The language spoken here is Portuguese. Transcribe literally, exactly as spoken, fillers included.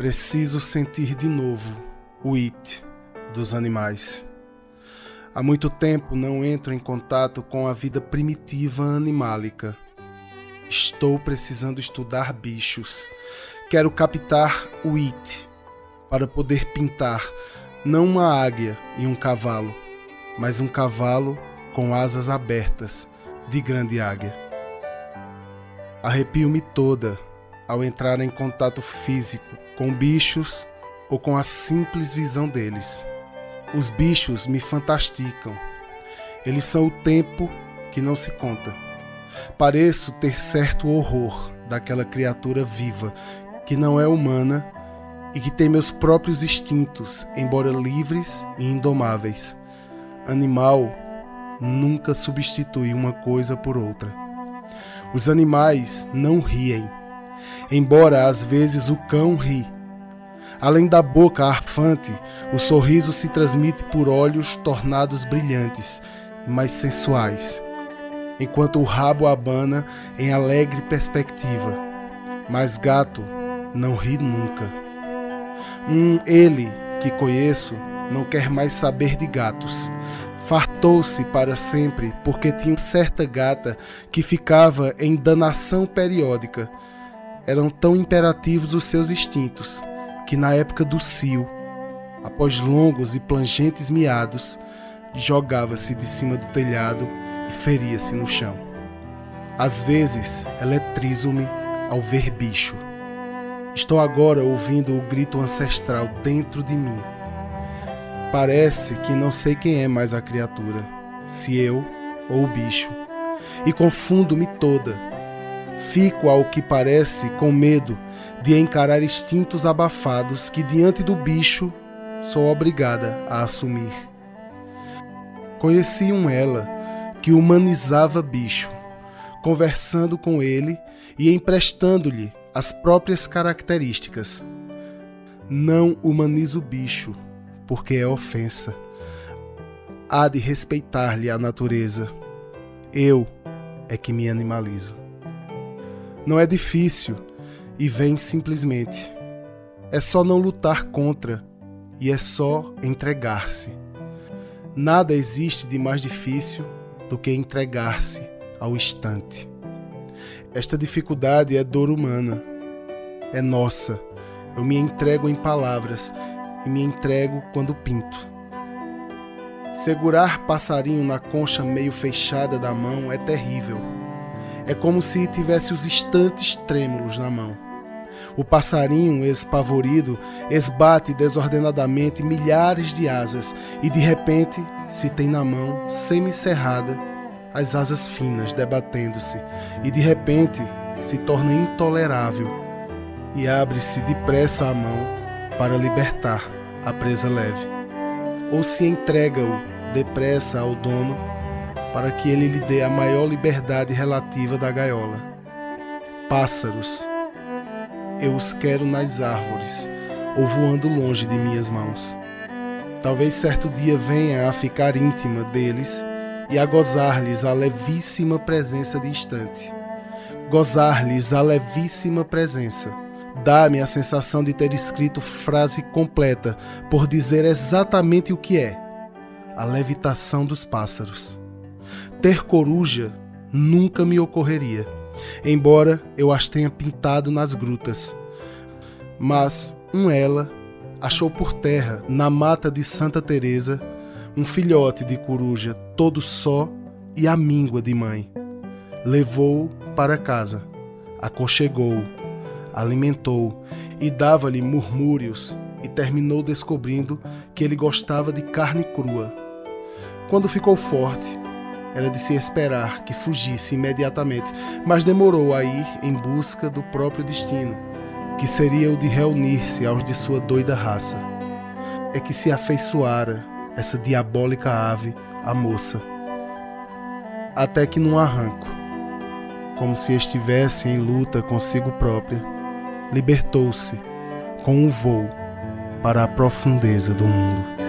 Preciso sentir de novo o it dos animais. Há muito tempo não entro em contato com a vida primitiva animálica. Estou precisando estudar bichos. Quero captar o it para poder pintar não uma águia e um cavalo, mas um cavalo com asas abertas de grande águia. Arrepio-me toda ao entrar em contato físico com bichos ou com a simples visão deles. Os bichos me fantasticam. Eles são o tempo que não se conta. Pareço ter certo horror daquela criatura viva que não é humana e que tem meus próprios instintos, embora livres e indomáveis. Animal nunca substitui uma coisa por outra. Os animais não riem, embora às vezes o cão ri. Além da boca arfante, o sorriso se transmite por olhos tornados brilhantes e mais sensuais, enquanto o rabo abana em alegre perspectiva. Mas gato não ri nunca. Um ele que conheço não quer mais saber de gatos. Fartou-se para sempre porque tinha certa gata que ficava em danação periódica. Eram tão imperativos os seus instintos que na época do cio, após longos e plangentes miados, jogava-se de cima do telhado e feria-se no chão. Às vezes, eletrizo-me ao ver bicho. Estou agora ouvindo o grito ancestral dentro de mim. Parece que não sei quem é mais a criatura, se eu ou o bicho, e confundo-me toda. Fico, ao que parece, com medo de encarar instintos abafados que, diante do bicho, sou obrigada a assumir. Conheci um ela que humanizava bicho, conversando com ele e emprestando-lhe as próprias características. Não humanizo o bicho, porque é ofensa. Há de respeitar-lhe a natureza. Eu é que me animalizo. Não é difícil e vem simplesmente. É só não lutar contra e é só entregar-se. Nada existe de mais difícil do que entregar-se ao instante. Esta dificuldade é dor humana, é nossa. Eu me entrego em palavras e me entrego quando pinto. Segurar passarinho na concha meio fechada da mão é terrível. É como se tivesse os instantes trêmulos na mão. O passarinho, espavorido, esbate desordenadamente milhares de asas e, de repente, se tem na mão, semicerrada, as asas finas debatendo-se e, de repente, se torna intolerável e abre-se depressa a mão para libertar a presa leve. Ou se entrega-o depressa ao dono para que ele lhe dê a maior liberdade relativa da gaiola. Pássaros, eu os quero nas árvores ou voando longe de minhas mãos. Talvez certo dia venha a ficar íntima deles e a gozar-lhes a levíssima presença de instante. Gozar-lhes a levíssima presença. Dá-me a sensação de ter escrito frase completa por dizer exatamente o que é: a levitação dos pássaros. Ter coruja nunca me ocorreria, embora eu as tenha pintado nas grutas. Mas um ela achou por terra, na mata de Santa Teresa, um filhote de coruja todo só e amíngua de mãe. Levou-o para casa, aconchegou-o, alimentou e dava-lhe murmúrios e terminou descobrindo que ele gostava de carne crua. Quando ficou forte, era de se esperar que fugisse imediatamente, mas demorou a ir em busca do próprio destino, que seria o de reunir-se aos de sua doida raça. É que se afeiçoara essa diabólica ave à moça, até que num arranco, como se estivesse em luta consigo própria, libertou-se com um voo para a profundeza do mundo.